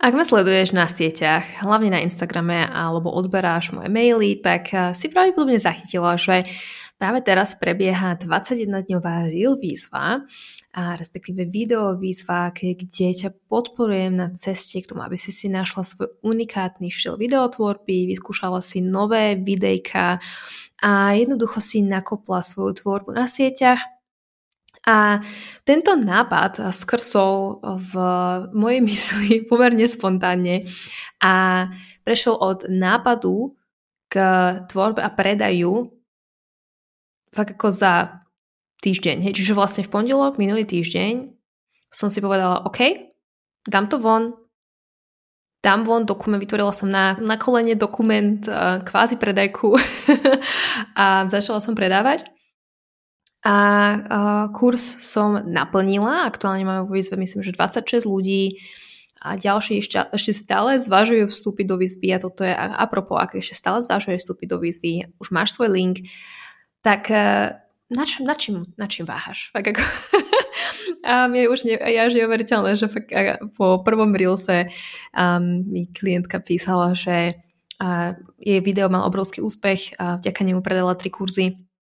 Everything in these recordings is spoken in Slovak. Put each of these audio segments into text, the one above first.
Ak ma sleduješ na sieťach, hlavne na Instagrame alebo odberáš moje maily, tak si pravdepodobne zachytila, že práve teraz prebieha 21-dňová Reel výzva, a respektíve video výzva, kde ťa podporujem na ceste k tomu, aby si našla svoj unikátny štýl videotvorby, vyskúšala si nové videjka a jednoducho si nakopla svoju tvorbu na sieťach. A tento nápad skrsol v mojej mysli pomerne spontánne a prešiel od nápadu k tvorbe a predaju fakt ako za týždeň. Hej. Čiže vlastne v pondelok, minulý týždeň som si povedala, OK, dám von dokument, vytvorila som na kolene dokument, kvázi predajku a začala som predávať. A kurz som naplnila, aktuálne máme vo výzve myslím, že 26 ľudí a ďalší ešte stále zvažujú vstúpiť do výzvy a toto je apropos, ak ešte stále zvažuješ vstúpiť do výzvy, už máš svoj link, tak na čím váhaš? Tak ako a je už neuveriteľné, že fakt, po prvom Reelse mi klientka písala, že jej video mal obrovský úspech a vďaka nemu predala 3 kurzy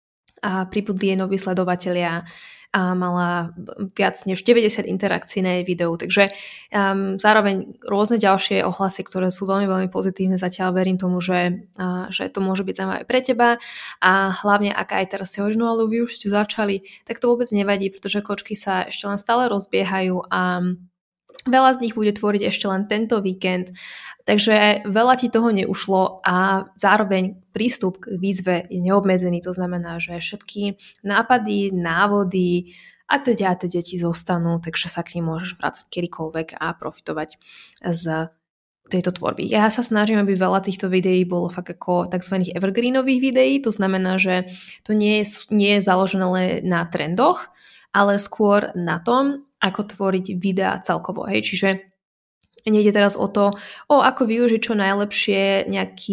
a pribudli jej noví sledovatelia a mala viac než 90 interakcií na jej videu. Takže zároveň rôzne ďalšie ohlasy, ktoré sú veľmi, veľmi pozitívne. Zatiaľ verím tomu, že to môže byť zaujímavé pre teba a hlavne ak aj teraz si hovoríš, no ale vy už ste začali, tak to vôbec nevadí, pretože kočky sa ešte len stále rozbiehajú a veľa z nich bude tvoriť ešte len tento víkend, takže veľa ti toho neušlo a zároveň prístup k výzve je neobmedzený, to znamená, že všetky nápady, návody a teda ti zostanú, takže sa k nim môžeš vrácať kedykoľvek a profitovať z tejto tvorby. Ja sa snažím, aby veľa týchto videí bolo fakt ako tzv. Evergreenových videí, to znamená, že to nie je založené len na trendoch, ale skôr na tom, ako tvoriť videá celkovo. Hej? Čiže nejde teraz o to, ako využiť čo najlepšie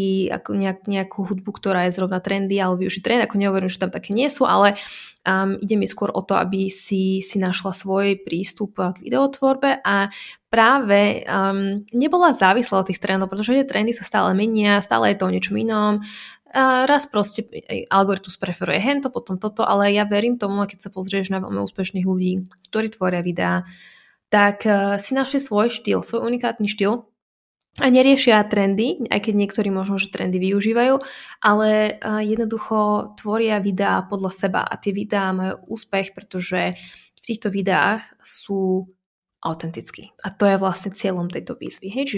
nejakú hudbu, ktorá je zrovna trendy, alebo využiť trend, ako nehovorím, že tam také nie sú, ale ide mi skôr o to, aby si našla svoj prístup k videotvorbe a práve nebola závislá od tých trendov, pretože tie trendy sa stále menia, stále je to o niečom inom. Raz proste algoritmus preferuje hento, potom toto, ale ja verím tomu, keď sa pozrieš na veľmi úspešných ľudí, ktorí tvoria videá, tak si našli svoj štýl, svoj unikátny štýl a neriešia trendy, aj keď niektorí možno, že trendy využívajú, ale jednoducho tvoria videá podľa seba a tie videá majú úspech, pretože v týchto videách sú autentickí. A to je vlastne cieľom tejto výzvy. Hej?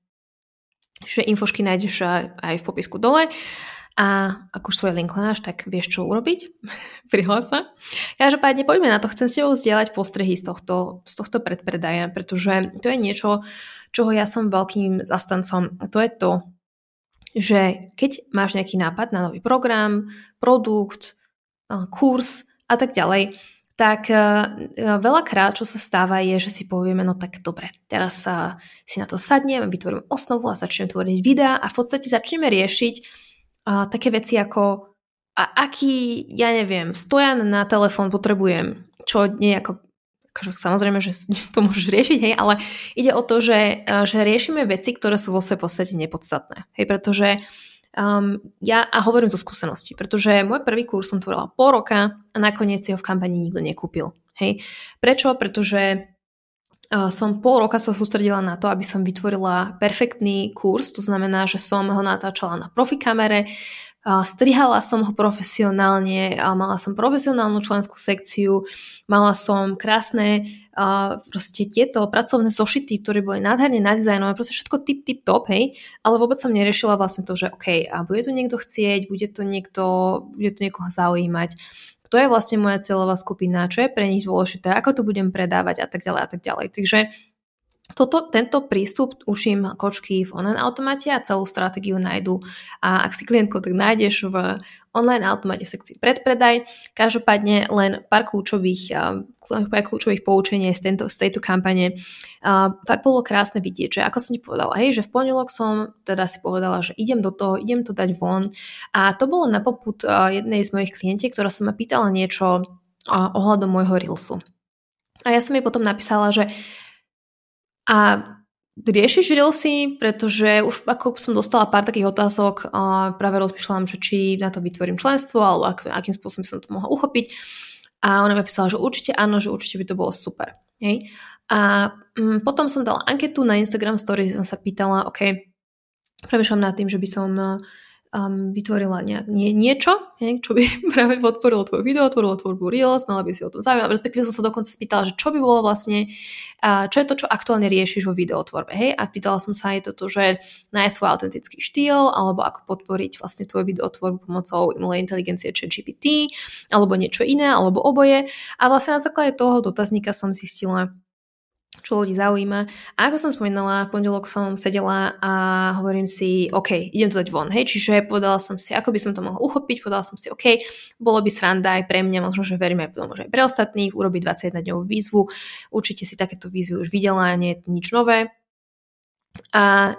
Čiže infošky nájdeš aj v popisku dole. A ak už svoj link máš, tak vieš, čo urobiť. Prihlás sa. Každopádne poďme na to. Chcem si zdieľať postrehy z tohto predpredaja, pretože to je niečo, čoho ja som veľkým zastancom. A to je to, že keď máš nejaký nápad na nový program, produkt, kurz a tak ďalej, tak veľakrát, čo sa stáva, je, že si povieme, no tak dobre, teraz si na to sadnem, vytvorím osnovu a začnem tvoriť videá a v podstate začneme riešiť také veci ako aký, ja neviem, stojan na telefón potrebujem, čo nie ako samozrejme, že to môžeš riešiť, hej, ale ide o to, že riešime veci, ktoré sú vo svojej podstate nepodstatné, hej, pretože ja hovorím zo skúsenosti, pretože môj prvý kurz som tvorila pol roka a nakoniec si ho v kampani nikto nekúpil, hej. Prečo? Pretože som pol roka sa sústredila na to, aby som vytvorila perfektný kurz, to znamená, že som ho natáčala na profi kamere, strihala som ho profesionálne, mala som profesionálnu členskú sekciu, mala som krásne proste tieto pracovné zošity, ktoré boli nádherne nadizajnované, proste všetko tip top, hej, ale vôbec som neriešila vlastne to, že OK, a bude to niekto chcieť, bude to niekoho zaujímať, kto je vlastne moja cieľová skupina, čo je pre nich dôležité, ako to budem predávať a tak ďalej a tak ďalej. Takže tento prístup učím kočky v online automate a celú stratégiu nájdu a ak si klientko, tak nájdeš v online automate sekcii predpredaj. Každopádne len pár kľúčových poučení z tejto kampane. Fakt bolo krásne vidieť, že ako som ti povedala, hej, že v pondelok som teda si povedala, že idem do toho, idem to dať von a to bolo na popud jednej z mojich klientiek, ktorá sa ma pýtala niečo ohľadom môjho Reelsu. A ja som jej potom napísala, že a riešiš Reelsy, pretože už ako som dostala pár takých otázok, práve rozmýšľam, že či na to vytvorím členstvo, alebo akým spôsobom by som to mohla uchopiť. A ona mi písala, že určite áno, že určite by to bolo super. Hej? A potom som dala anketu na Instagram story, som sa pýtala, OK, premýšľam nad tým, že by som vytvorila niečo, čo by práve podporilo tvoje video, tvorilo tvorbu Reels, mala by si o tom zaujímať, respektíve som sa dokonca spýtala, že čo by bolo vlastne, čo je to, čo aktuálne riešiš vo videotvorbe, hej, a pýtala som sa aj toto, že nájsť svoj autentický štýl, alebo ako podporiť vlastne tvoju videotvorbu pomocou umelej inteligencie ChatGPT, alebo niečo iné, alebo oboje, a vlastne na základe toho dotazníka som zistila, čo ľudí zaujíma. A ako som spomínala, v pondelok som sedela a hovorím si, OK, idem to dať von, hej, čiže povedala som si, ako by som to mohla uchopiť, povedala som si, OK, bolo by sranda aj pre mňa, možno, že verím aj pre ostatných, urobiť 21-dňovú výzvu, určite si takéto výzvy už videla, nie je to nič nové. A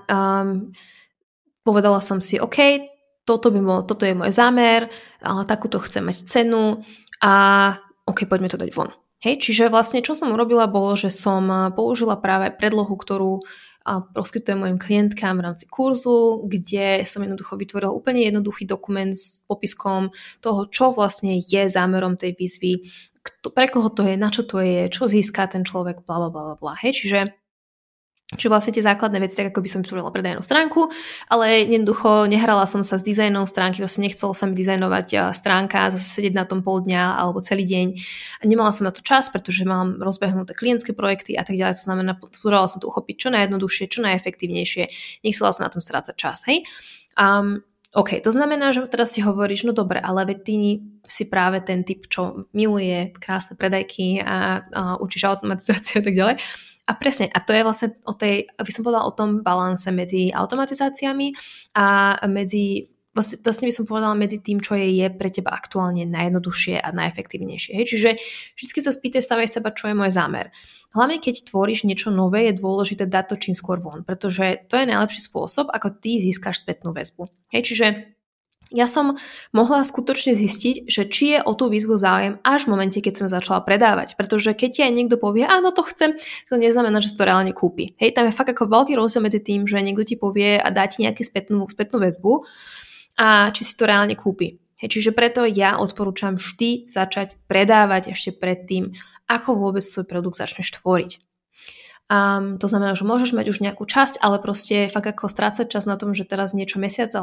povedala som si, OK, toto je môj zámer, takúto chcem mať cenu a OK, poďme to dať von. Hej, čiže vlastne čo som urobila bolo, že som použila práve predlohu, ktorú poskytujem mojim klientkám v rámci kurzu, kde som jednoducho vytvorila úplne jednoduchý dokument s popiskom toho, čo vlastne je zámerom tej výzvy, pre koho to je, na čo to je, čo získa ten človek, bla bla bla bla. Hej, čiže vlastne tie základné veci, tak ako by som vytvorila predajnú stránku, ale jednoducho nehrala som sa s dizajnom stránky, vlastne nechcela sa mi dizajnovať stránka, zase sedieť na tom pol dňa alebo celý deň. Nemala som na to čas, pretože mám rozbehnuté klientské projekty a tak ďalej, to znamená, potrebala som to uchopiť čo najjednoduchšie, čo najefektívnejšie, nechcela som na tom strácať čas, hej. OK, to znamená, že teraz si hovoríš, no dobre, ale veď ty si práve ten typ, čo miluje krásne predajky a učíš automatizáciu a tak ďalej. A presne, a to je vlastne by som povedala o tom balanse medzi automatizáciami a vlastne by som povedala medzi tým, čo je pre teba aktuálne najjednoduchšie a najefektívnejšie. Hej? Čiže vždy sa spýtaj samej seba, čo je môj zámer. Hlavne keď tvoríš niečo nové, je dôležité dať to čím skôr von, pretože to je najlepší spôsob, ako ty získaš spätnú väzbu. Hej? Čiže ja som mohla skutočne zistiť, že či je o tú výzvu záujem až v momente, keď som začala predávať. Pretože keď ti aj niekto povie, áno, to chcem, to neznamená, že si to reálne kúpi. Hej, tam je fakt ako veľký rozdiel medzi tým, že niekto ti povie a dá ti nejakú spätnú väzbu a či si to reálne kúpi. Hej, čiže preto ja odporúčam vždy začať predávať ešte predtým, ako vôbec svoj produkt začneš tvoriť. To znamená, že môžeš mať už nejakú časť, ale proste fakt ako strácať čas na tom, že teraz niečo mesiace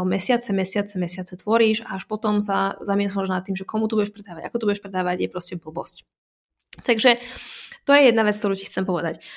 tvoríš a až potom sa zamýšľaš nad tým, že komu tu budeš predávať, ako tu budeš predávať, je proste blbosť. Takže to je jedna vec, ktorú ti chcem povedať.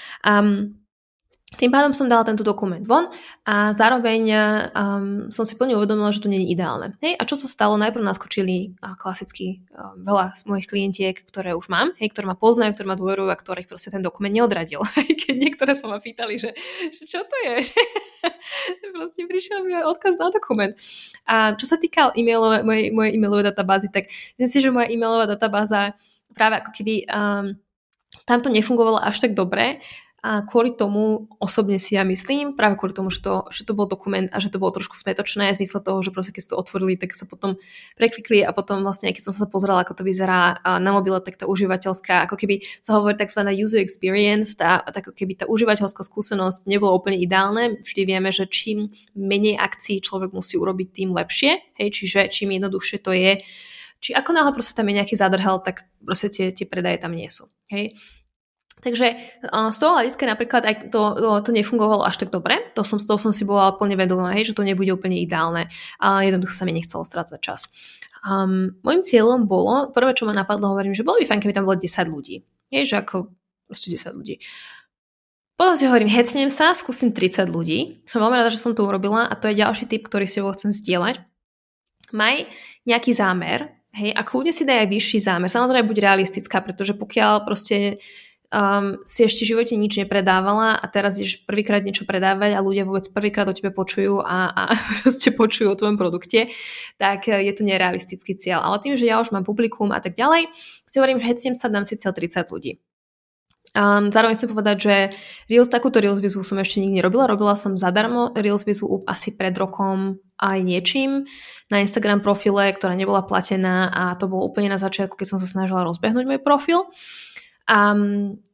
Tým pádom som dala tento dokument von a zároveň som si plne uvedomila, že to nie je ideálne. Hej, a čo sa stalo? Najprv naskočili klasicky veľa z mojich klientiek, ktoré už mám, hej, ktoré ma poznajú, ktoré ma dôverujú a ktorých proste ten dokument neodradil. Keď niektoré sa ma pýtali, že čo to je? Proste prišiel mi odkaz na dokument. A čo sa týka mojej e-mailovej databázy, tak myslím si, že moja e-mailová databáza práve ako keby tam to nefungovalo až tak dobre. A kvôli tomu osobne si ja myslím, práve kvôli tomu, že to bol dokument a že to bolo trošku smetočné v zmysle toho, že proste keď si to otvorili, tak sa potom preklikli a potom vlastne, keď som sa pozerala, ako to vyzerá na mobile, tak tá užívateľská, ako keby sa hovorí tzv. User experience, ako keby tá užívateľská skúsenosť nebola úplne ideálne. Vždy vieme, že čím menej akcií človek musí urobiť, tým lepšie. Hej, čiže čím jednoduchšie to je, či ako náhle proste tam je nejaký zadrhel, tak proste tie predaje tam nie sú. Hej. Takže z toho hľadiska napríklad aj to nefungovalo až tak dobre. To som si bola plne vedomá, že to nebude úplne ideálne. Ale jednoducho sa mi nechcelo strácať čas. Mojím cieľom bolo, prvé čo ma napadlo, hovorím, že bolo by fajn, keby tam bolo 10 ľudí. Že ako proste 10 ľudí. Potom si hovorím, hecnem sa, skúsim 30 ľudí. Som veľmi rada, že som to urobila a to je ďalší tip, ktorý si chcem zdieľať. Maj nejaký zámer, hej, a kľudne si daj aj vyšší zámer. Samozrejme buď realistická, pretože pokiaľ proste si ešte v živote nič nepredávala a teraz ideš prvýkrát niečo predávať a ľudia vôbec prvýkrát o tebe počujú a proste počujú o tvojom produkte, tak je to nerealistický cieľ. Ale tým, že ja už mám publikum a tak ďalej, si hovorím, že hecnem sa, dám si cieľ 30 ľudí. Zároveň chcem povedať, že takúto Reels výzvu som ešte nikdy nerobila. Robila som zadarmo Reels výzvu asi pred rokom aj niečím na Instagram profile, ktorá nebola platená a to bolo úplne na začiatku, keď som sa snažila rozbehnúť môj profil.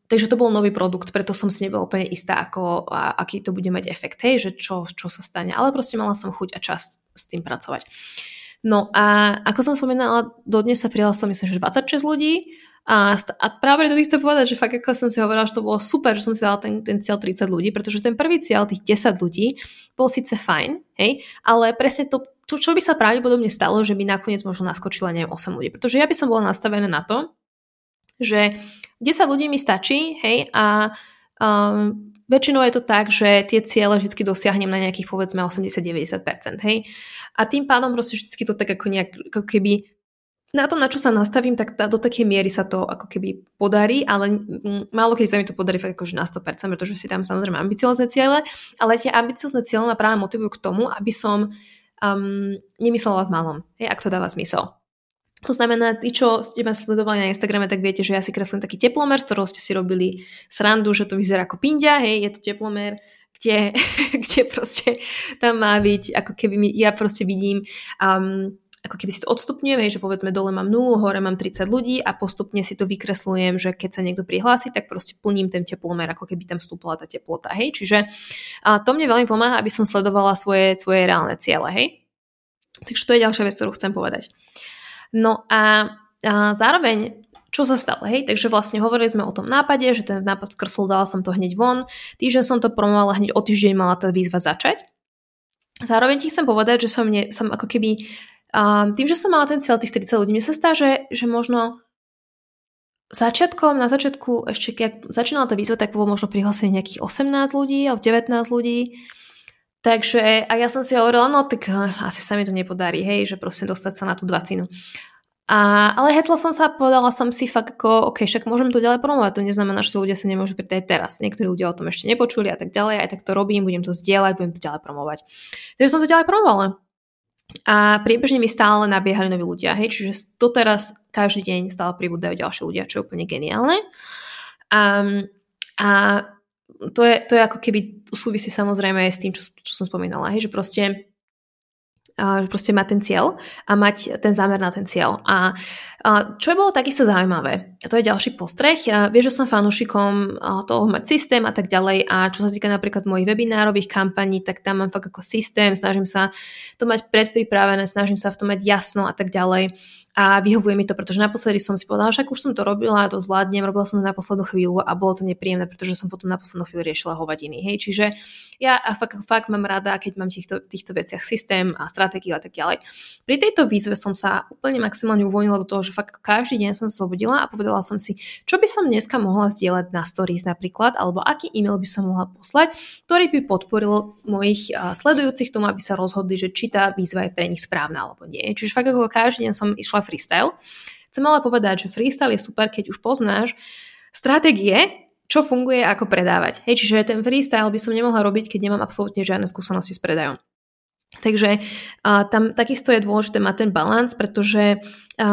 Takže to bol nový produkt, preto som si nebola úplne istá, aký to bude mať efekt, hej, že čo sa stane. Ale proste mala som chuť a čas s tým pracovať. No a ako som spomínala, dodnes sa prijala som myslím, že 26 ľudí a práve to chcem povedať, že fakt ako som si hovorila, že to bolo super, že som si dala ten cieľ 30 ľudí, pretože ten prvý cieľ, tých 10 ľudí, bol síce fajn, hej, ale presne to, čo by sa pravdepodobne stalo, že by nakoniec možno naskočila, neviem, 8 ľudí. Pretože ja by som bola nastavená na to, že 10 ľudí mi stačí, hej, a väčšinou je to tak, že tie ciele vždy dosiahnem na nejakých povedzme 80-90%, hej. A tým pádom proste vždy to tak ako nejak, ako keby na to, na čo sa nastavím, tak do takej miery sa to ako keby podarí, ale málo kedy sa mi to podarí fakt akože na 100%, pretože si dám samozrejme ambiciozne ciele, ale tie ambiciozne ciele ma práve motivujú k tomu, aby som nemyslela v malom, hej, ak to dáva zmysel. To znamená, tí, čo ste ma sledovali na Instagrame, tak viete, že ja si kreslím taký teplomer, z ktorého ste si robili srandu, že to vyzerá ako pindia, hej, je to teplomer, kde proste tam má byť, ako keby ja proste vidím, ako keby si to odstupňujem, že povedzme dole mám 0, hore mám 30 ľudí a postupne si to vykresľujem, že keď sa niekto prihlási, tak proste plním ten teplomer, ako keby tam vstúpila tá teplota, hej. Čiže to mne veľmi pomáha, aby som sledovala svoje reálne ciele, hej. Takže to je ďalšia vec, ktorú chcem povedať. No a zároveň, čo sa stalo, hej? Takže vlastne hovorili sme o tom nápade, že ten nápad skrsol, dala som to hneď von, týždeň som to promovala, hneď o týždeň mala tá výzva začať. Zároveň ti chcem povedať, že som ako keby, tým, že som mala ten cieľ tých 30 ľudí, mne sa stá, že možno na začiatku, ešte keď začínala tá výzva, tak bolo možno prihlásených nejakých 18 ľudí alebo 19 ľudí. Takže, a ja som si hovorila, no tak asi sa mi to nepodarí, hej, že proste dostať sa na tú 20. Ale hecla som sa a povedala som si fakt ako, ok, však môžem to ďalej promovať, to neznamená, že ľudia sa nemôžu pridať teraz. Niektorí ľudia o tom ešte nepočuli a tak ďalej, aj tak to robím, budem to zdieľať, budem to ďalej promovať. Takže som to ďalej promovala. A priebežne mi stále nabiehali noví ľudia, hej, čiže doteraz každý deň stále pribúdajú ďalší ľudia, čo je úplne geniálne. A to je ako keby súvisí samozrejme aj s tým, čo som spomínala, hej, že proste mať ten cieľ a mať ten zámer na ten cieľ. A čo je bolo takisto zaujímavé, a to je ďalší postreh, vieš, že som fanúšikom toho mať systém a tak ďalej a čo sa týka napríklad mojich webinárových kampaní, tak tam mám fakt ako systém, snažím sa to mať predpripravené, snažím sa v tom mať jasno a tak ďalej. A vyhovuje mi to, pretože naposledy som si povedala, však už som to robila, to zvládnem, robila som to na poslednú chvíľu a bolo to nepríjemné, pretože som potom na poslednú chvíľu riešila hovadiny. Hej. Čiže ja fakt mám rada, keď mám týchto veciach systém a stratégiu a tak ďalej. Pri tejto výzve som sa úplne maximálne uvoľnila do toho, že fakt každý deň som sa zobudila a povedala som si, čo by som dneska mohla zdieľať na stories napríklad, alebo aký e-mail by som mohla poslať, ktorý by podporil mojich sledujúcich tomu, aby sa rozhodli, že či tá výzva je pre nich správna alebo nie. Čiže fakt ako každý deň som išla freestyle. Chcem ale povedať, že freestyle je super, keď už poznáš stratégie, čo funguje ako predávať. Hej, čiže ten freestyle by som nemohla robiť, keď nemám absolútne žiadne skúsenosti s predajom. Takže tam takisto je dôležité mať ten balans, pretože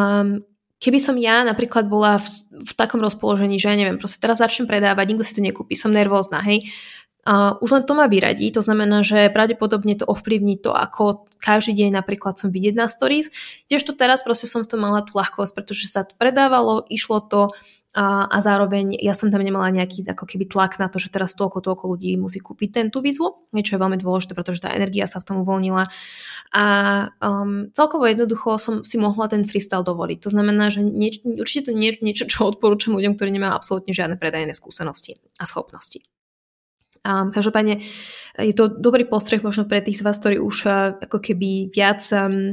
keby som ja napríklad bola v takom rozpoložení, že ja neviem, proste teraz začnem predávať, nikto si to nekúpi, som nervózna, hej, už len to ma vyradí, to znamená, že pravdepodobne to ovplyvní to, ako každý deň napríklad som vidieť na stories, kdežto teraz proste som v tom mala tú ľahkosť, pretože sa to predávalo, išlo to a zároveň ja som tam nemala nejaký ako keby tlak na to, že teraz toľko ľudí musí kúpiť tú výzvu, niečo je veľmi dôležité, pretože tá energia sa v tom uvoľnila a celkovo jednoducho som si mohla ten freestyle dovoliť. To znamená, že určite to nie je niečo, čo odporúčam ľuďom, ktorí nemajú absolútne žiadne predajné skúsenosti a schopnosti. Každopádne je to dobrý postreh možno pre tých z vás, ktorí už ako keby viac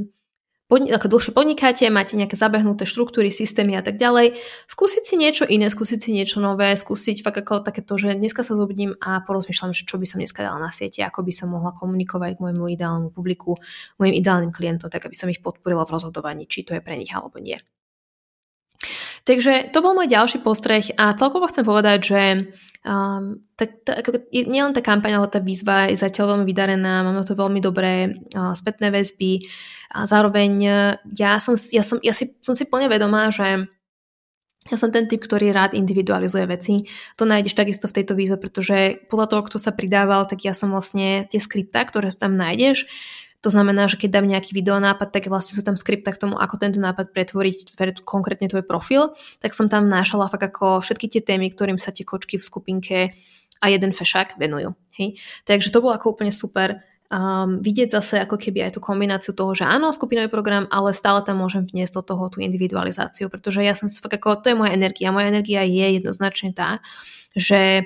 ako dlhšie podnikáte, máte nejaké zabehnuté štruktúry, systémy a tak ďalej. Skúsiť si niečo iné, skúsiť si niečo nové, skúsiť fakt ako takéto, že dneska sa zobudím a porozmýšľam, že čo by som dneska dala na siete, ako by som mohla komunikovať k môjmu ideálnemu publiku, mojim ideálnym klientom, tak aby som ich podporila v rozhodovaní, či to je pre nich alebo nie. Takže to bol môj ďalší postreh a celkovo chcem povedať, že nielen tá kampaň, ale tá výzva je zatiaľ veľmi vydarená, mám na to veľmi dobré spätné väzby a zároveň ja som si plne vedomá, že ja som ten typ, ktorý rád individualizuje veci. To nájdeš takisto v tejto výzve, pretože podľa toho, kto sa pridával, tak ja som vlastne tie skriptá, ktoré tam nájdeš, To znamená, že keď dám nejaký videonápad, tak vlastne sú tam skripta k tomu, ako tento nápad pretvoriť pre konkrétne tvoj profil, tak som tam nášala fakt ako všetky tie témy, ktorým sa tie kočky v skupinke a jeden fešák venujú. Hej? Takže to bolo ako úplne super vidieť zase ako keby aj tú kombináciu toho, že áno, skupinový program, ale stále tam môžem vniesť do toho tú individualizáciu, pretože ja som fakt ako, to je moja energia. Moja energia je jednoznačne tá, že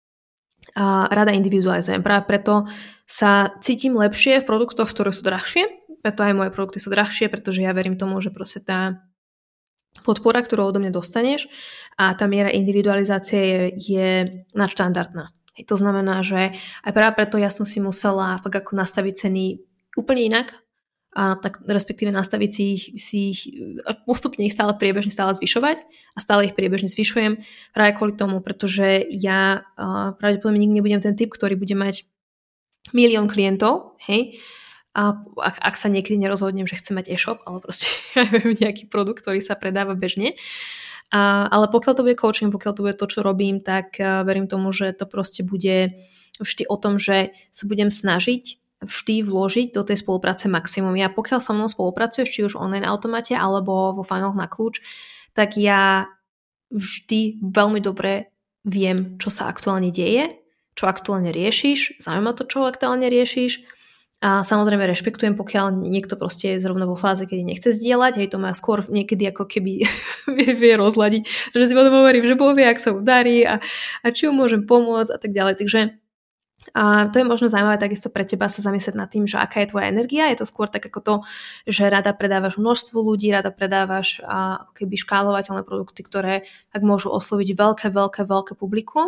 rada individualizujem. Práve preto sa cítim lepšie v produktoch, ktoré sú drahšie, preto aj moje produkty sú drahšie, pretože ja verím tomu, že proste tá podpora, ktorú odo mňa dostaneš a tá miera individualizácie je nadštandardná. To znamená, že aj práve preto ja som si musela fakt ako nastaviť ceny úplne inak, a tak respektíve nastaviť si ich postupne ich stále priebežne zvyšovať a stále ich priebežne zvyšujem práve kvôli tomu, pretože ja pravdepodobne nikdy nebudem ten typ, ktorý bude mať 1 000 000 klientov, hej, a ak sa niekedy nerozhodnem, že chcem mať e-shop, ale proste nejaký produkt, ktorý sa predáva bežne. Ale pokiaľ to bude coaching, pokiaľ to bude to, čo robím, tak verím tomu, že to proste bude vždy o tom, že sa budem snažiť vždy vložiť do tej spolupráce maximum. Ja pokiaľ so mnou spolupracuješ, či už online automate alebo vo Funnel na kľúč, tak ja vždy veľmi dobre viem, čo sa aktuálne deje, čo aktuálne riešiš, zaujíma to, čo aktuálne riešiš. A samozrejme rešpektujem, pokiaľ niekto proste je zrovna vo fáze, kedy nechce zdieľať, hej, to má skôr niekedy ako keby vie rozladiť, že si potom hovorím, že Boh vie, ak sa mu darí a či mu môžem pomôcť a tak ďalej. Takže to je možno zaujímavé takisto pre teba sa zamyslieť nad tým, že aká je tvoja energia. Je to skôr tak ako to, že rada predávaš množstvu ľudí, rada predávaš ako keby škálovateľné produkty, ktoré tak môžu osloviť veľké publikum.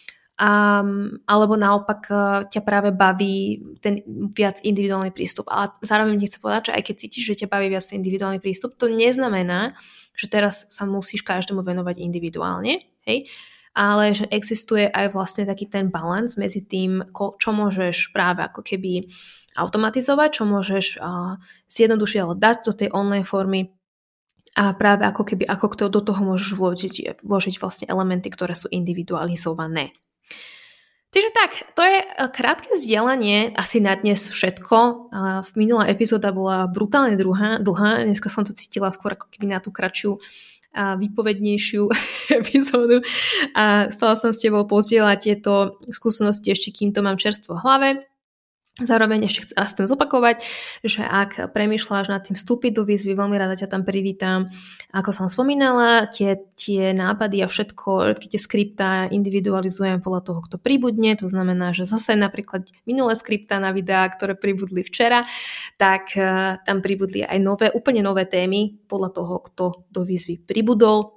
Alebo naopak ťa práve baví ten viac individuálny prístup. Ale zároveň nechcem povedať, že aj keď cítiš, že ťa baví viac individuálny prístup, to neznamená, že teraz sa musíš každému venovať individuálne, hej? Ale že existuje aj vlastne taký ten balans medzi tým, čo môžeš práve ako keby automatizovať, čo môžeš zjednodušiť alebo dať do tej online formy a práve ako keby ako do toho môžeš vložiť vlastne elementy, ktoré sú individualizované. Takže tak, to je krátke zdieľanie, asi na dnes všetko. Minulá epizóda bola brutálne dlhá, dneska som to cítila skôr ako keby na tú kratšiu a výpovednejšiu epizódu a chcela som s tebou pozdieľať tieto skúsenosti ešte kým to mám čerstvo v hlave. Zároveň ešte chcem zopakovať, že ak premýšľaš nad tým vstúpiť do výzvy, veľmi rada ťa tam privítam. Ako som spomínala, tie nápady a všetky tie skriptá individualizujem podľa toho, kto pribudne. To znamená, že zase napríklad minulé skriptá na videá, ktoré pribudli včera, tak tam pribudli aj úplne nové témy podľa toho, kto do výzvy pribudol.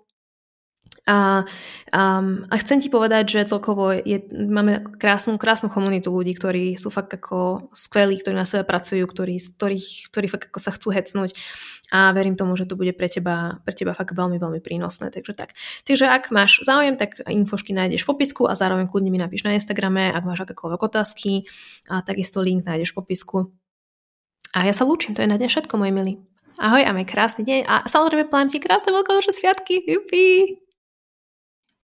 A chcem ti povedať, že celkovo máme krásnu komunitu ľudí, ktorí sú fakt ako skvelí, ktorí na sebe pracujú, ktorí fakt ako sa chcú hecnúť a verím tomu, že to bude pre teba fakt veľmi, veľmi prínosné. Takže ak máš záujem, tak infošky nájdeš v popisku a zároveň kľudne mi napíš na Instagrame, ak máš akékoľvek otázky a takisto link nájdeš v popisku. A ja sa lúčim, to je na dnes všetko, moji milí. Ahoj a maj krásny deň a samozrejme prajem ti krásne veľkonočné sviatky. Jupi!